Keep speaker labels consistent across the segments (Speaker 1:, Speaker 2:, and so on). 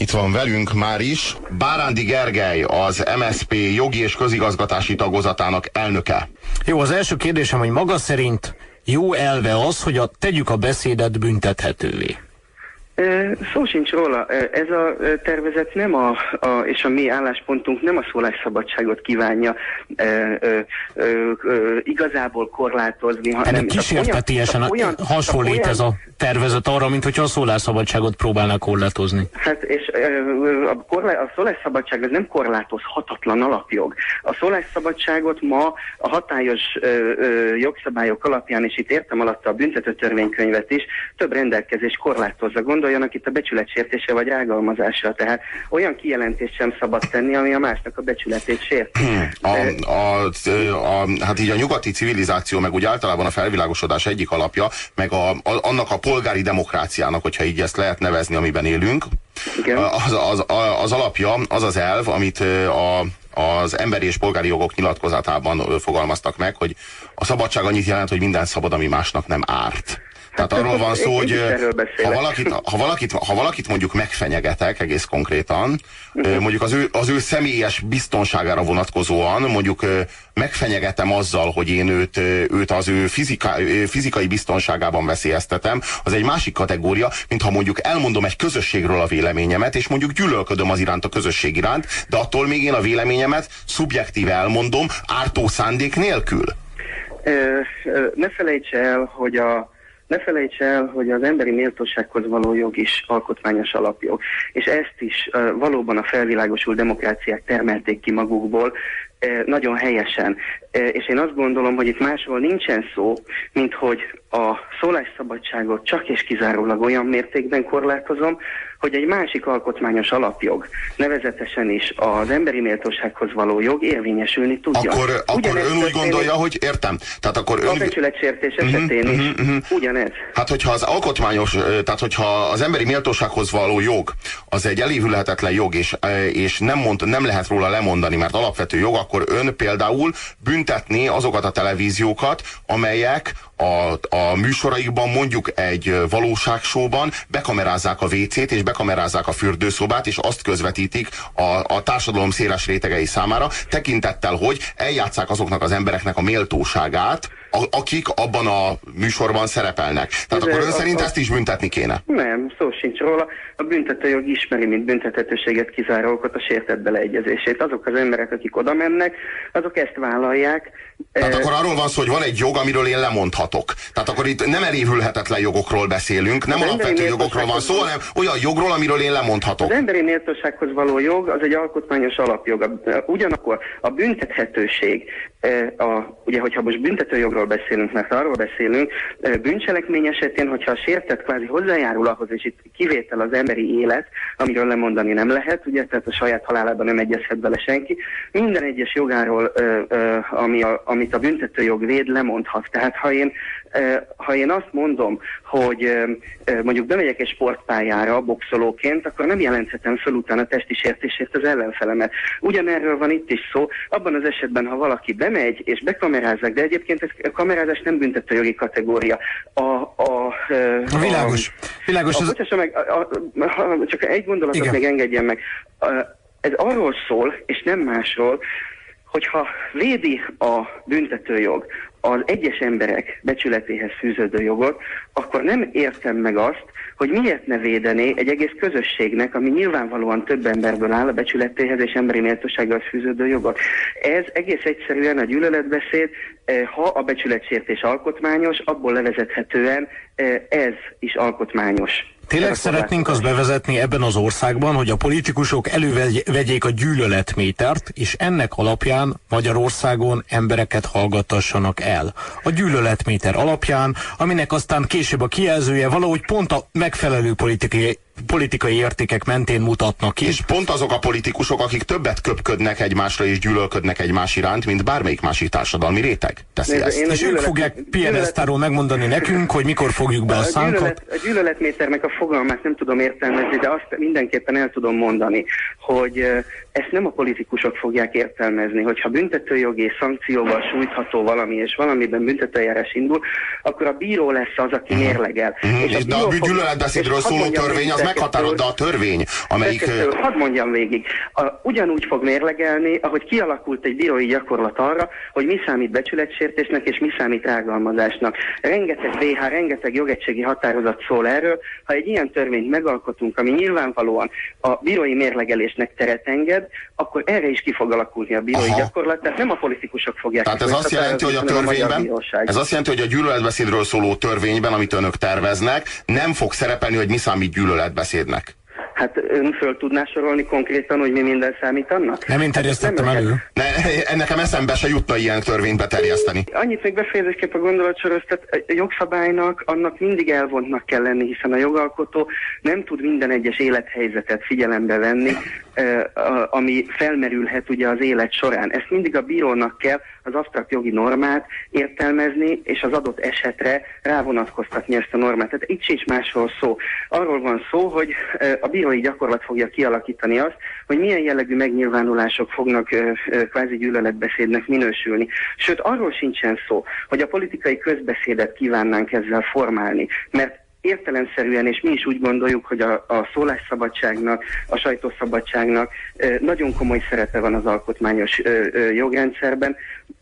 Speaker 1: Itt van velünk már is Bárándi Gergely, az MSZP jogi és közigazgatási tagozatának elnöke.
Speaker 2: Jó, az első kérdésem, hogy maga szerint jó elve az, hogy tegyük a beszédet büntethetővé?
Speaker 3: Szó sincs róla. Ez a tervezet nem és a mi álláspontunk nem a szólásszabadságot kívánja igazából korlátozni, hanem
Speaker 2: ennek kísértetiesen hasonlít ez a tervezet arra, mint hogyha a szólásszabadságot próbálná korlátozni.
Speaker 3: Hát és a szólásszabadság ez nem korlátozhatatlan alapjog. A szólásszabadságot ma a hatályos jogszabályok alapján, és itt értem alatta a büntetőtörvénykönyvet is, több rendelkezés korlátozza. Gondoljanak itt a becsületsértése vagy rágalmazása, tehát olyan kijelentést sem szabad tenni, ami a másnak a becsületét sérti.
Speaker 1: Hát így a nyugati civilizáció, meg úgy általában a felvilágosodás egyik alapja, meg annak a polgári demokráciának, hogyha így ezt lehet nevezni, amiben élünk, az alapja, az az elv, amit az emberi és polgári jogok nyilatkozatában fogalmaztak meg, hogy a szabadság annyit jelent, hogy minden szabad, ami másnak nem árt. Tehát arról van szó, hogy ha valakit mondjuk megfenyegetek egész konkrétan, mondjuk az ő személyes biztonságára vonatkozóan, mondjuk megfenyegetem azzal, hogy én őt az ő fizikai biztonságában veszélyeztetem, az egy másik kategória, mint ha mondjuk elmondom egy közösségről a véleményemet, és mondjuk gyűlölködöm az iránt, a közösség iránt, de attól még én a véleményemet szubjektíve elmondom, ártó szándék nélkül.
Speaker 3: Ne felejts el, hogy az emberi méltósághoz való jog is alkotmányos alapjog. És ezt is valóban a felvilágosult demokráciák termelték ki magukból, nagyon helyesen. És én azt gondolom, hogy itt másról nincsen szó, mint hogy a szólásszabadságot csak és kizárólag olyan mértékben korlátozom, hogy egy másik alkotmányos alapjog, nevezetesen is az emberi méltósághoz való jog érvényesülni tudja.
Speaker 1: Akkor ön úgy gondolja, hogy értem. Tehát akkor
Speaker 3: a becsületsértés esetén is ugyanez.
Speaker 1: Hát hogyha az alkotmányos, tehát hogyha az emberi méltósághoz való jog, az egy elévülhetetlen jog, és nem lehet róla lemondani, mert alapvető jog, akkor ön például büntetné azokat a televíziókat, amelyek a műsoraikban mondjuk egy valóságsóban bekamerázzák a WC-t és bekamerázzák a fürdőszobát, és azt közvetítik a társadalom széles rétegei számára, tekintettel, hogy eljátsszák azoknak az embereknek a méltóságát, akik abban a műsorban szerepelnek. Tehát akkor ön szerint ezt is büntetni kéne? Nem,
Speaker 3: szó sincs róla. A büntetőjog ismeri, mint büntethetőséget kizáró okot a sértett beleegyezését. Azok az emberek, akik oda mennek, azok ezt vállalják.
Speaker 1: Tehát akkor arról van szó, hogy van egy jog, amiről én lemondhatok. Tehát akkor itt nem elévülhetetlen jogokról beszélünk, nem alapvető jogokról van szó, hanem olyan jogról, amiről én lemondhatok.
Speaker 3: Az emberi méltósághoz való jog az egy alkotmányos alapjog. Ugyanakkor a büntethetőség, ugye, hogyha most büntetőjogról beszélünk, mert arról beszélünk, bűncselekmény esetén, hogyha a sértett kvázi hozzájárul ahhoz, és itt kivétel az emberi élet, amiről lemondani nem lehet, ugye, tehát a saját halálában nem egyezhet bele senki, minden egyes jogáról, amit a büntetőjog véd, lemondhat. Tehát ha én azt mondom, hogy mondjuk bemegyek egy sportpályára boxolóként, akkor nem jelenthetem föl utána testi sértésért az ellenfelemet. Ugyanerről van itt is szó, abban az esetben, ha valaki bemegy és bekamerázzák, de egyébként ez a kamerázás nem büntetőjogi kategória.
Speaker 2: Világos.
Speaker 3: Csak egy gondolatot igen. Még engedjen meg. Ez arról szól, és nem másról, hogyha védi a büntetőjog az egyes emberek becsületéhez fűződő jogot, akkor nem értem meg azt, hogy miért ne védené egy egész közösségnek, ami nyilvánvalóan több emberből áll, a becsületéhez és emberi méltósággal fűződő jogot. Ez egész egyszerűen a gyűlöletbeszéd, ha a becsületsértés alkotmányos, abból levezethetően ez is alkotmányos.
Speaker 2: Tényleg szeretnénk azt bevezetni ebben az országban, hogy a politikusok elővegyék a gyűlöletmétert, és ennek alapján Magyarországon embereket hallgattassanak el. A gyűlöletméter alapján, aminek aztán később a kijelzője valahogy pont a megfelelő politikai értékek mentén mutatnak ki.
Speaker 1: És pont azok a politikusok, akik többet köpködnek egymásra és gyűlölködnek egymás iránt, mint bármelyik másik társadalmi réteg teszi ezt.
Speaker 2: És ők fogják piedesztáról megmondani nekünk, hogy mikor fogjuk be a szánkat.
Speaker 3: A gyűlöletméternek a fogalmát nem tudom értelmezni, de azt mindenképpen el tudom mondani, hogy ezt nem a politikusok fogják értelmezni, hogyha büntetőjogi szankcióval sújtható valami, és valamiben büntetőeljárás indul, akkor a bíró lesz az, aki mérlegel.
Speaker 1: De a gyűlöletbeszédről szóló törvény az meghatározza a törvény, amelyik...
Speaker 3: Hadd mondjam végig. Ugyanúgy fog mérlegelni, ahogy kialakult egy bírói gyakorlat arra, hogy mi számít becsületsértésnek és mi számít rágalmazásnak. Rengeteg VH, rengeteg jogegységi határozat szól erről. Ha egy ilyen törvényt megalkotunk, ami nyilvánvalóan a bírói mérlegelésnek teret enged, akkor erre is ki fog alakulni a bírói gyakorlat, tehát nem a politikusok fogják.
Speaker 1: Tehát ez azt jelenti, hogy a törvényben, ez azt jelenti, hogy a gyűlöletbeszédről szóló törvényben, amit önök terveznek, nem fog szerepelni, hogy mi számít gyűlöletbeszédnek.
Speaker 3: Hát ön föl tudná sorolni konkrétan, hogy mi minden számít annak?
Speaker 2: Nem én terjesztettem elő.
Speaker 1: Nekem eszembe se jutna ilyen törvényt beterjeszteni.
Speaker 3: Annyit még befejezésképp a gondolatsoros, tehát a jogszabálynak annak mindig elvontnak kell lenni, hiszen a jogalkotó nem tud minden egyes élethelyzetet figyelembe venni, ami felmerülhet ugye az élet során. Ezt mindig a bírónak kell az absztrakt jogi normát értelmezni, és az adott esetre rávonatkoztatni ezt a normát. Tehát itt sincs másról szó. Arról van szó, hogy a bírói gyakorlat fogja kialakítani azt, hogy milyen jellegű megnyilvánulások fognak kvázi gyűlöletbeszédnek minősülni. Sőt, arról sincsen szó, hogy a politikai közbeszédet kívánnánk ezzel formálni, mert értelemszerűen, és mi is úgy gondoljuk, hogy a szólásszabadságnak, a sajtószabadságnak nagyon komoly szerepe van az alkotmányos jogrendszerben.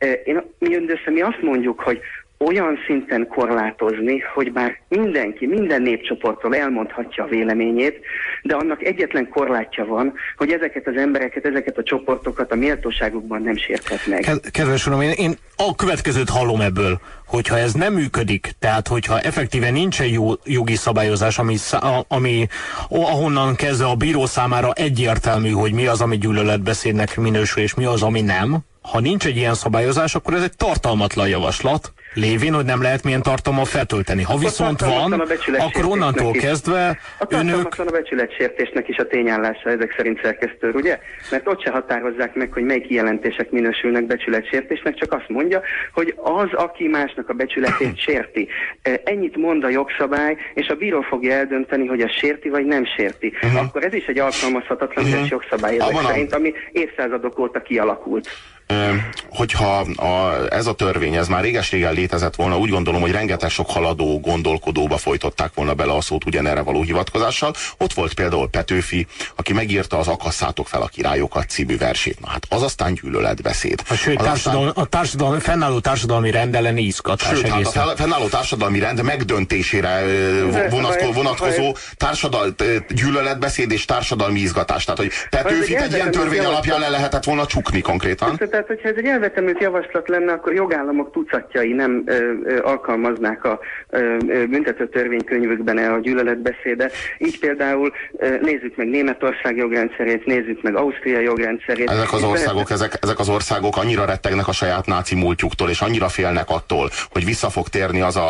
Speaker 3: Mi azt mondjuk, hogy olyan szinten korlátozni, hogy bár mindenki, minden népcsoporttól elmondhatja a véleményét, de annak egyetlen korlátja van, hogy ezeket az embereket, ezeket a csoportokat a méltóságukban nem sérthet meg.
Speaker 2: Kedves uram, én a következőt hallom ebből, hogyha ez nem működik, tehát hogyha effektíven nincsen jogi szabályozás, ami ahonnan kezdve a bíró számára egyértelmű, hogy mi az, ami gyűlöletbeszédnek minősül, és mi az, ami nem. Ha nincs egy ilyen szabályozás, akkor ez egy tartalmatlan javaslat, lévén, hogy nem lehet milyen tartalmat feltölteni. Ha viszont van, akkor onnantól kezdve
Speaker 3: önök... A becsületsértésnek is a tényállása ezek szerint, szerkesztő, ugye? Mert ott se határozzák meg, hogy melyik kijelentések minősülnek becsületsértésnek, csak azt mondja, hogy az, aki másnak a becsületét sérti. Ennyit mond a jogszabály, és a bíró fogja eldönteni, hogy ez sérti, vagy nem sérti. Akkor ez is egy alkalmazhatatlan jogszabály ezek szerint, ami évszázadok óta kialakult.
Speaker 1: Hogyha ez a törvény, ez már réges-régen létezett volna, úgy gondolom, hogy rengeteg sok haladó gondolkodóba folytották volna bele a szót ugyanerre való hivatkozással. Ott volt például Petőfi, aki megírta az Akasszátok fel a királyokat című versét. Na hát az aztán gyűlöletbeszéd.
Speaker 2: Sőt, fennálló társadalmi rend elleni izgatás.
Speaker 1: Sőt, hát a fennálló társadalmi rend megdöntésére vonatkozó gyűlöletbeszéd és társadalmi izgatás. Tehát, hogy Petőfit egy ilyen törvény alapján le lehetett volna csukni konkrétan.
Speaker 3: Tehát, hogyha ez egy elvetemült javaslat lenne, akkor jogállamok tucatjai nem alkalmaznák a büntető törvénykönyvükben a gyűlöletbeszédet. Így például nézzük meg Németország jogrendszerét, nézzük meg Ausztria jogrendszerét.
Speaker 1: Ezek az országok annyira rettegnek a saját náci múltjuktól, és annyira félnek attól, hogy vissza fog térni az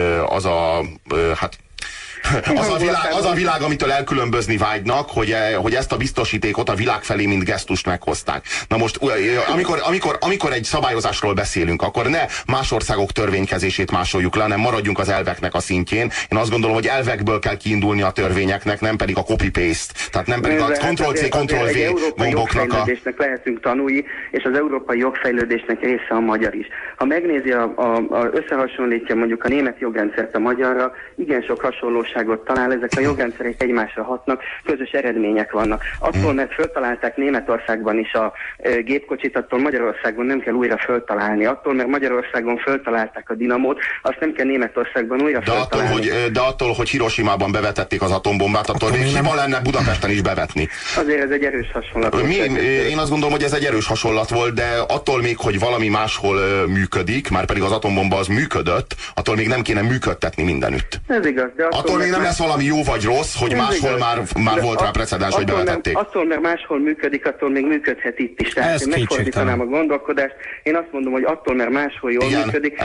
Speaker 1: a világ, amitől elkülönbözni vágynak, hogy ezt a biztosítékot a világ felé mint gesztust meghozták. Na most, amikor egy szabályozásról beszélünk, akkor ne más országok törvénykezését másoljuk le, hanem maradjunk az elveknek a szintjén. Én azt gondolom, hogy elvekből kell kiindulni a törvényeknek, nem pedig a copy-paste. Tehát nem pedig a Ctrl-C, Ctrl-V gomboknak a...
Speaker 3: lehetünk tanulni, és az európai jogfejlődésnek része a magyar is. Ha megnézi, összehasonlítja mondjuk a német jogrendszert a magyarra, igen sok hasonlóságot talál, ezek a jogrendszerek egymásra hatnak, közös eredmények vannak. Attól, mert föltalálták Németországban is a gépkocsit, attól Magyarországon nem kell újra föltalálni. Attól, mert Magyarországon föltalálták a dinamót, azt nem kell Németországban újra föltalálni.
Speaker 1: De attól, hogy Hiroshimában bevetették az atombombát, attól még hiba lenne Budapesten is bevetni.
Speaker 3: Azért ez egy erős hasonlat.
Speaker 1: Én azt gondolom, hogy ez egy erős hasonlat volt, de attól még, hogy valami máshol működik, már pedig az atombomba az működött, attól még nem kéne működtetni mindenütt.
Speaker 3: Ez igaz, de
Speaker 1: attól még nem lesz valami jó vagy rossz, hogy máshol már volt rá precedens, hogy bevetették.
Speaker 3: Attól, mert máshol működik, attól még működhet itt is. Tehát én megfordítanám a gondolkodást. Én azt mondom, hogy attól, mert máshol jól működik.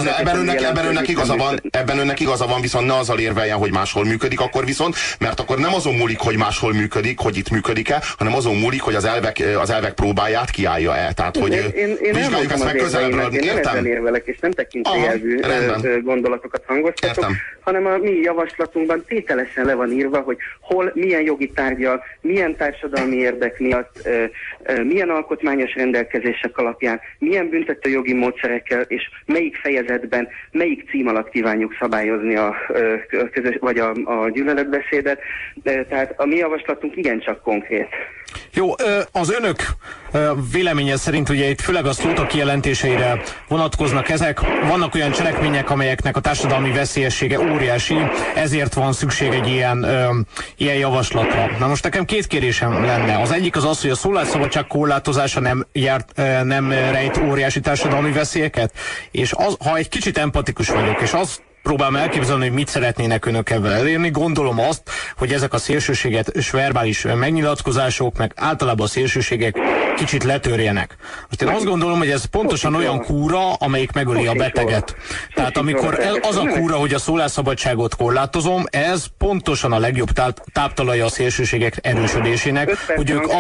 Speaker 1: Ebben önnek igaza van, viszont ne azzal érveljen, hogy máshol működik, akkor viszont, mert akkor nem azon múlik, hogy máshol működik, hogy itt működik-e, hanem azon múlik, hogy az elvek próbáját kiállja-e. Tehát, hogy vizsgáljuk ezt meg közelről.
Speaker 3: Én nem ezzel érvelek, és nem tekintélyelvű gondolatokat hangoztatok, hanem a mi javaslatunk javaslatunkban tételesen le van írva, hogy hol, milyen jogi tárgyal, milyen társadalmi érdek miatt, milyen alkotmányos rendelkezések alapján, milyen büntetőjogi módszerekkel és melyik fejezetben, melyik cím alatt kívánjuk szabályozni a gyűlöletbeszédet. Tehát a mi javaslatunk igencsak konkrét.
Speaker 2: Jó, az önök véleménye szerint ugye itt főleg a szóta kijelentéseire vonatkoznak ezek. Vannak olyan cselekmények, amelyeknek a társadalmi veszélyessége óriási, ezért van szükség egy ilyen javaslatra. Na most nekem két kérésem lenne. Az egyik az, hogy a szólásszabadság korlátozása nem rejt óriási társadalmi veszélyeket, és ha egy kicsit empatikus vagyok, és azt próbálom elképzelni, hogy mit szeretnének önök ebben elérni. Gondolom azt, hogy ezek a szélsőséges verbális megnyilatkozások, meg általában a szélsőségek kicsit letörjenek. Most én azt gondolom, hogy ez pontosan olyan kúra, amelyik megöli a beteget. Tehát amikor az a kúra, hogy a szólásszabadságot korlátozom, ez pontosan a legjobb táptalaja a szélsőségek erősödésének, hogy ők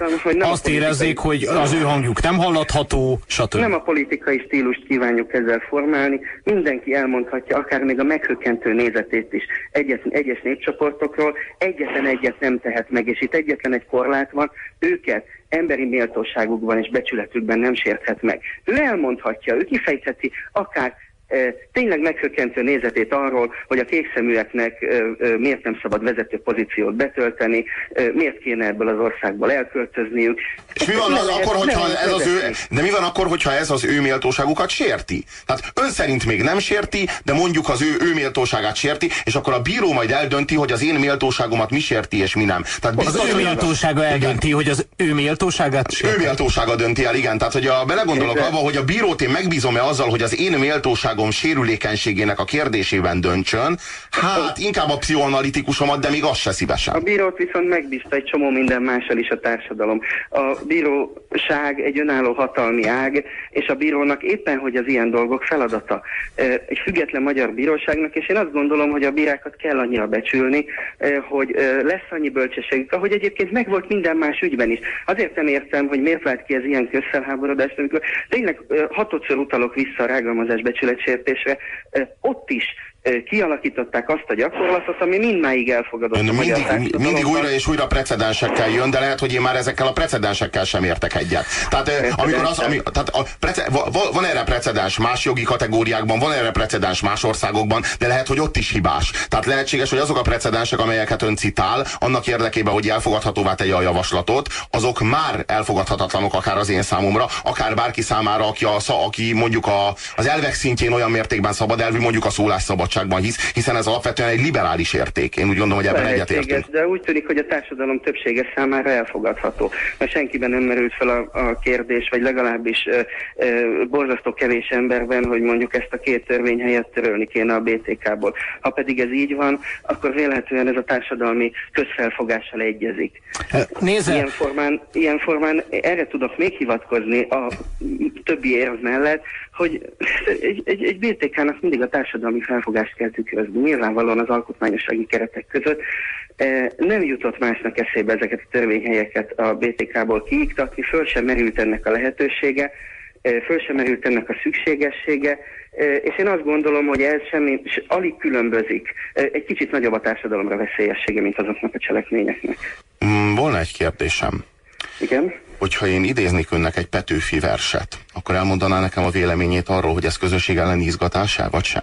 Speaker 2: azt érezzék, hogy az ő hangjuk nem hallatható, stb. Nem
Speaker 3: a politikai stílust kívánjuk ezzel formálni, mindenki elmondhatja, akár még a meghökkentő nézetét is egyes népcsoportokról, egyetlen egyet nem tehet meg, és itt egyetlen egy korlát van, őket emberi méltóságukban és becsületükben nem sérthet meg. Ő elmondhatja, ő kifejtheti akár tényleg meghökkentő nézetét arról, hogy a kékszeműeknek miért nem szabad vezető pozíciót betölteni, miért kéne ebből az országból elköltözniük.
Speaker 1: És mi van akkor, hogyha ez az ő, de mi van akkor, hogyha ez az ő méltóságukat sérti? Tehát ön szerint még nem sérti, de mondjuk az ő méltóságát sérti, és akkor a bíró majd eldönti, hogy az én méltóságomat mi sérti, és mi nem. Tehát
Speaker 2: biztos, az ő méltósága eldönti, hogy az ő méltóságát sérti.
Speaker 1: Ő méltósága dönti el, igen. Tehát, hogy belegondolok abba, hogy a bírót én megbízom-e azzal, hogy az én méltóságom sérülékenységének a kérdésében döntsön, hát inkább a pszichoanalitikusomat, de még azt se szívesen.
Speaker 3: A bírót viszont megbízta egy csomó minden mással is a társadalom. A bíróság egy önálló hatalmi ág, és a bírónak éppen, hogy az ilyen dolgok feladata. Egy független magyar bíróságnak, és én azt gondolom, hogy a bírákat kell annyira becsülni, hogy lesz annyi bölcsességük, ahogy egyébként megvolt minden más ügyben is. Azért nem értem, hogy miért vált ki ez ilyen közfelháborodást, amikor tényleg hatodszor utalok vissza a rágalmazás becsületsértésre, ott is kialakították azt a gyakorlatot, ami mindmáig elfogadott.
Speaker 1: Mindig újra és újra precedensekkel jön, de lehet, hogy én már ezekkel a precedensekkel sem értek egyet. Tehát van erre precedens más jogi kategóriákban, van erre precedens más országokban, de lehet, hogy ott is hibás. Tehát lehetséges, hogy azok a precedensek, amelyeket ön citál, annak érdekében, hogy elfogadhatóvá tegye a javaslatot, azok már elfogadhatatlanok akár az én számomra, akár bárki számára, aki mondjuk az elvek szintjén olyan mértékben szabad elvű, mondjuk a szólásszabadságban hisz, hiszen ez alapvetően egy liberális érték. Én úgy gondolom, hogy ebben egyetértünk.
Speaker 3: De úgy tűnik, hogy a társadalom többsége számára elfogadható. Mert senkiben nem merült fel a kérdés, vagy legalábbis borzasztó kevés emberben, hogy mondjuk ezt a két törvény helyett törölni kéne a BTK-ból. Ha pedig ez így van, akkor vélhetően ez a társadalmi közfelfogással egyezik. Ilyen formán erre tudok még hivatkozni a többi érv mellett, hogy egy BTK-nak mindig a társadalmi felfogást kell tükrözni. Nyilvánvalóan az alkotmányossági keretek között nem jutott másnak eszébe ezeket a törvényhelyeket a BTK-ból kiiktatni, föl sem merült ennek a lehetősége, föl sem merült ennek a szükségessége, és én azt gondolom, hogy ez alig különbözik. Egy kicsit nagyobb a társadalomra veszélyessége, mint azoknak a cselekményeknek.
Speaker 1: Volna egy kérdésem.
Speaker 3: Igen?
Speaker 1: Hogyha én idéznék önnek egy Petőfi verset, akkor elmondaná nekem a véleményét arról, hogy ez közösség elleni izgatás-e, vagy sem?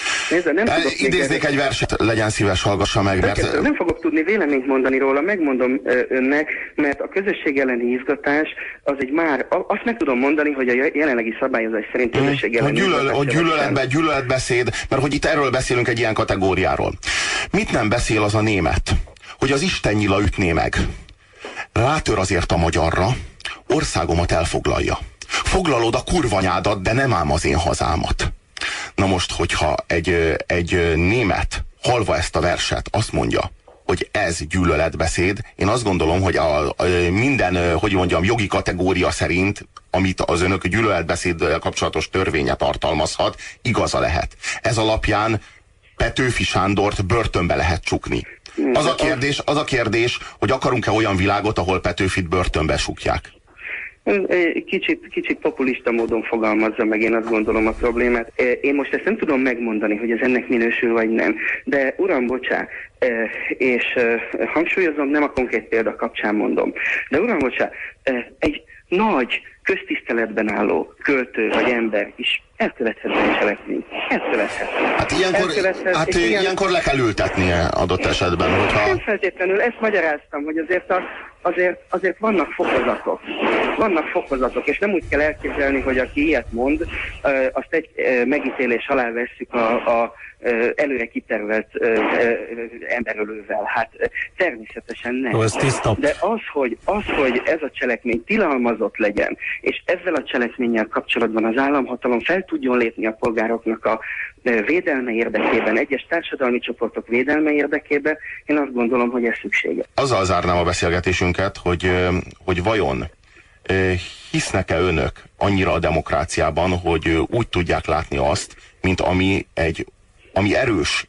Speaker 1: Idéznék egy verset, legyen szíves, hallgassa meg. Mert...
Speaker 3: Nem fogok tudni véleményt mondani róla, megmondom önnek, mert a közösség elleni izgatás az egy már, azt meg tudom mondani, hogy a jelenlegi szabályozás szerint közösség elleni izgatás.
Speaker 1: Gyűlöletbeszéd, mert hogy itt erről beszélünk egy ilyen kategóriáról. Mit nem beszél az a német, hogy az Isten nyila ütné meg? Rátör azért a magyarra, országomat elfoglalja. Foglalod a kurvanyádat, de nem ám az én hazámat. Na most, hogyha egy német hallva ezt a verset azt mondja, hogy ez gyűlöletbeszéd, én azt gondolom, hogy minden, hogy mondjam, jogi kategória szerint, amit az önök gyűlöletbeszéddel kapcsolatos törvénye tartalmazhat, igaza lehet. Ez alapján Petőfi Sándort börtönbe lehet csukni. Az a kérdés, hogy akarunk-e olyan világot, ahol Petőfit börtönbe súgják?
Speaker 3: Kicsit populista módon fogalmazza meg, én azt gondolom a problémát. Én most ezt nem tudom megmondani, hogy ez ennek minősül vagy nem, de uram, bocsá, és hangsúlyozom, nem a konkrét példa kapcsán mondom, de uram, bocsá, egy nagy köztiszteletben álló költő vagy ember is elkövethet bűncselekményt.
Speaker 1: Hát ilyenkor le kell ültetnie adott esetben, hogyha...
Speaker 3: Nem feltétlenül, ezt magyaráztam, hogy azért vannak fokozatok. Vannak fokozatok, és nem úgy kell elképzelni, hogy aki ilyet mond, azt egy megítélés alá vesszük a előre kitervelt emberölővel. Hát természetesen nem.
Speaker 2: Ez tiszta.
Speaker 3: De az, hogy ez a cselekmény tilalmazott legyen, és ezzel a cselekménnyel kapcsolatban az államhatalom fel tudjon lépni a polgároknak a védelme érdekében, egyes társadalmi csoportok védelme érdekében, én azt gondolom, hogy ez szükséges.
Speaker 1: Azzal zárnám a beszélgetésünket, hogy vajon hisznek-e önök annyira a demokráciában, hogy úgy tudják látni azt, mint ami erős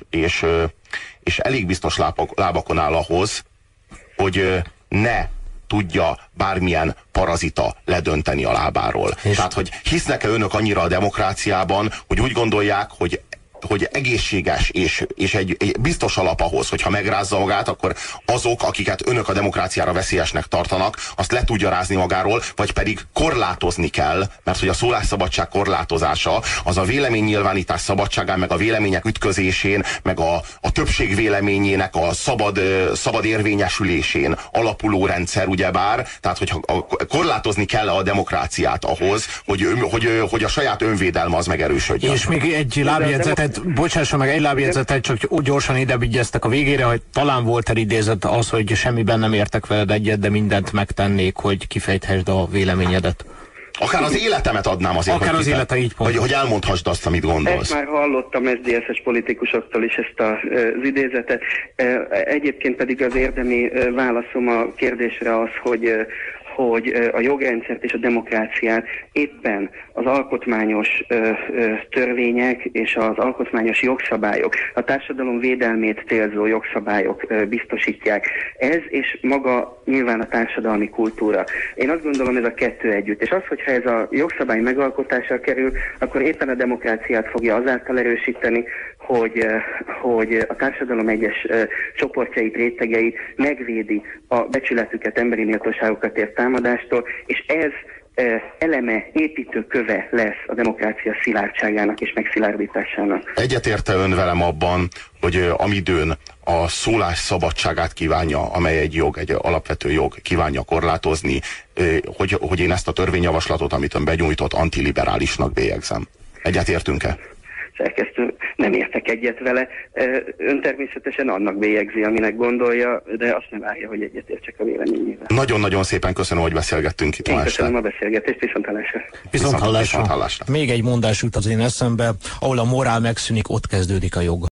Speaker 1: és elég biztos lábakon áll ahhoz, hogy ne tudja bármilyen parazita ledönteni a lábáról. Tehát, hogy hisznek-e önök annyira a demokráciában, hogy úgy gondolják, hogy egészséges és egy biztos alap ahhoz, hogyha megrázza magát, akkor azok, akiket önök a demokráciára veszélyesnek tartanak, azt le tudja rázni magáról, vagy pedig korlátozni kell, mert hogy a szólásszabadság korlátozása az a véleménynyilvánítás szabadságán, meg a vélemények ütközésén, meg a többség véleményének a szabad érvényesülésén alapuló rendszer, ugyebár, tehát hogyha korlátozni kell a demokráciát ahhoz, hogy a saját önvédelme az megerősödjön.
Speaker 2: És még egy lábjegyzetet, bocsásson meg, egy lábjegyzetet, csak úgy gyorsan ide vigyeztek a végére, hogy talán volt elidézett az, hogy semmiben nem értek veled egyet, de mindent megtennék, hogy kifejthesd a véleményedet.
Speaker 1: Akár az életemet adnám azért,
Speaker 2: akár az élete, így pont.
Speaker 1: Hogy elmondhassd azt, amit gondolsz.
Speaker 3: Ezt már hallottam SZDSZ-es politikusoktól is, ezt az idézetet. Egyébként pedig az érdemi válaszom a kérdésre az, hogy a jogrendszert és a demokráciát éppen az alkotmányos törvények és az alkotmányos jogszabályok, a társadalom védelmét célzó jogszabályok biztosítják. Ez és maga nyilván a társadalmi kultúra. Én azt gondolom, ez a kettő együtt. És az, hogyha ez a jogszabály megalkotásra kerül, akkor éppen a demokráciát fogja azáltal erősíteni, hogy a társadalom egyes csoportjait, rétegeit megvédi a becsületüket, emberi méltóságokat ért támadástól, és ez eleme, építőköve lesz a demokrácia szilárdságának és megszilárdításának.
Speaker 1: Egyetérte ön velem abban, hogy amidőn a szólás szabadságát kívánja, amely egy alapvető jog, kívánja korlátozni, hogy én ezt a törvényjavaslatot, amit ön benyújtott, antiliberálisnak bélyegzem. Egyetértünk-e?
Speaker 3: Szerkesztő, nem értek egyet vele. Ön természetesen annak bélyegzi, aminek gondolja, de azt nem várja, hogy egyetértsek a véleményével.
Speaker 1: Nagyon-nagyon szépen köszönöm, hogy beszélgettünk itt ma este.
Speaker 3: Köszönöm a beszélgetést, viszonthallásra.
Speaker 2: Viszonthallásra. Még egy mondás jut az én eszembe, ahol a morál megszűnik, ott kezdődik a jog.